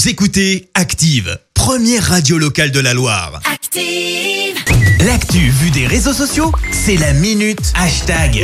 Vous écoutez Active, première radio locale de la Loire. Active. L'actu vue des réseaux sociaux, c'est la minute hashtag.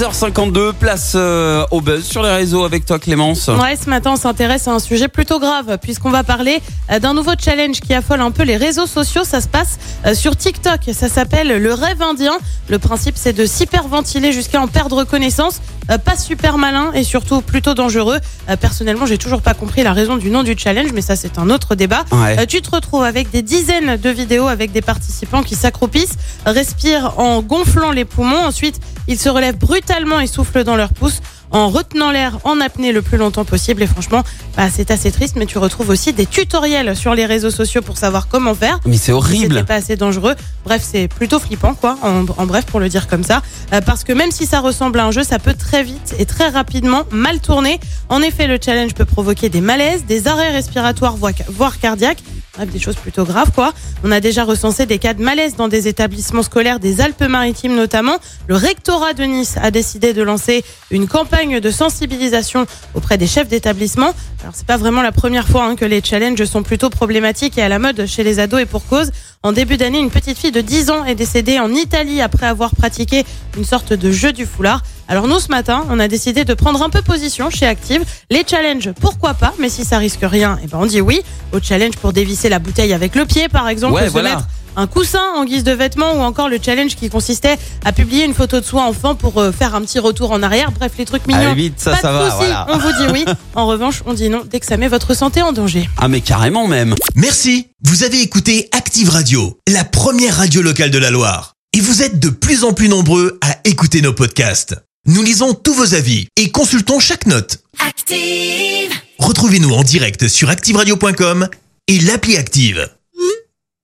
6h52, place au buzz sur les réseaux avec toi Clémence. Ouais, ce matin on s'intéresse à un sujet plutôt grave puisqu'on va parler d'un nouveau challenge qui affole un peu les réseaux sociaux. Ça se passe sur TikTok, ça s'appelle le rêve indien. Le principe c'est de s'hyperventiler jusqu'à en perdre connaissance. Pas super malin et surtout plutôt dangereux. Personnellement, j'ai toujours pas compris la raison du nom du challenge, mais ça c'est un autre débat. Ouais. Tu te retrouves avec des dizaines de vidéos avec des participants qui s'accroupissent, respirent en gonflant les poumons. Ensuite, ils se relèvent brutalement et soufflent dans leur pouce en retenant l'air en apnée le plus longtemps possible. Et franchement, c'est assez triste, mais tu retrouves aussi des tutoriels sur les réseaux sociaux pour savoir comment faire. Mais c'est horrible. C'était pas assez dangereux. Bref, c'est plutôt flippant, quoi, en bref, pour le dire comme ça. Parce que même si ça ressemble à un jeu, ça peut très vite et très rapidement mal tourner. En effet, le challenge peut provoquer des malaises, des arrêts respiratoires, voire cardiaques. Bref, des choses plutôt graves, quoi. On a déjà recensé des cas de malaise dans des établissements scolaires des Alpes-Maritimes notamment. Le rectorat de Nice a décidé de lancer une campagne de sensibilisation auprès des chefs d'établissement. Alors, c'est pas vraiment la première fois que les challenges sont plutôt problématiques et à la mode chez les ados, et pour cause. En début d'année, une petite fille de 10 ans est décédée en Italie après avoir pratiqué une sorte de jeu du foulard. Alors nous, ce matin, on a décidé de prendre un peu position chez Active. Les challenges, pourquoi pas, mais si ça risque rien, on dit oui. Au challenge pour dévisser la bouteille avec le pied, par exemple, Ouais, se mettre un coussin en guise de vêtement, ou encore le challenge qui consistait à publier une photo de soi enfant pour faire un petit retour en arrière. Bref, les trucs mignons. Allez vite, ça pas de va, soucis, voilà. on vous dit oui. En revanche, on dit non dès que ça met votre santé en danger. Ah mais carrément même. Merci, vous avez écouté Active Radio, la première radio locale de la Loire. Et vous êtes de plus en plus nombreux à écouter nos podcasts. Nous lisons tous vos avis et consultons chaque note. Active. Retrouvez-nous en direct sur activeradio.com et l'appli Active.